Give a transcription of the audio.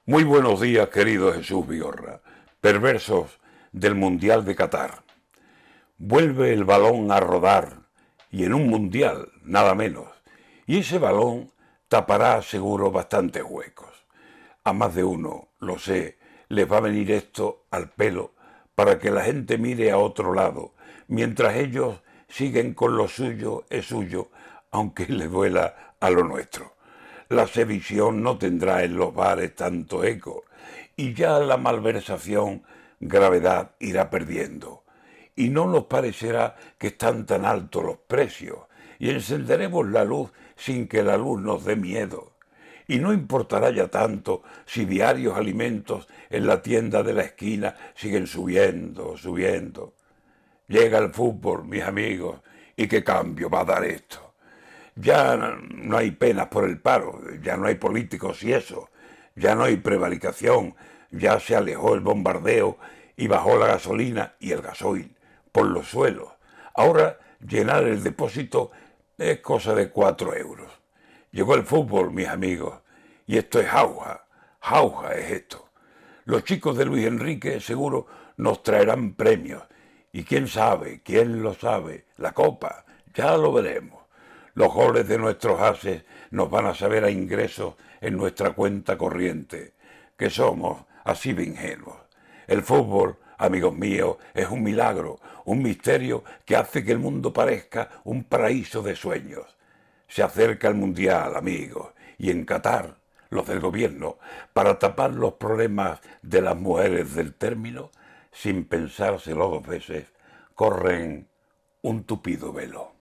Muy buenos días, querido Jesús Vigorra, perversos del Mundial de Qatar. Vuelve el balón a rodar, y en un Mundial, nada menos. Y ese balón tapará seguro bastantes huecos. A más de uno, lo sé, les va a venir esto al pelo para que la gente mire a otro lado, mientras ellos siguen con lo suyo es suyo, aunque les duela a lo nuestro. La sedición no tendrá en los bares tanto eco, y ya la malversación gravedad irá perdiendo. Y no nos parecerá que están tan altos los precios, y encenderemos la luz sin que la luz nos dé miedo. Y no importará ya tanto si diarios alimentos en la tienda de la esquina siguen subiendo, subiendo. Llega el fútbol, mis amigos, y qué cambio va a dar esto. Ya no hay penas por el paro, ya no hay políticos y eso, ya no hay prevaricación, ya se alejó el bombardeo y bajó la gasolina y el gasoil por los suelos. Ahora llenar el depósito es cosa de 4 euros. Llegó el fútbol, mis amigos, y esto es jauja, jauja es esto. Los chicos de Luis Enrique seguro nos traerán premios, y quién lo sabe, la copa, ya lo veremos. Los goles de nuestros ases nos van a saber a ingresos en nuestra cuenta corriente, que somos así de ingenuos. El fútbol, amigos míos, es un milagro, un misterio que hace que el mundo parezca un paraíso de sueños. Se acerca el Mundial, amigos, y en Qatar, los del gobierno, para tapar los problemas de las mujeres del término, sin pensárselo dos veces, corren un tupido velo.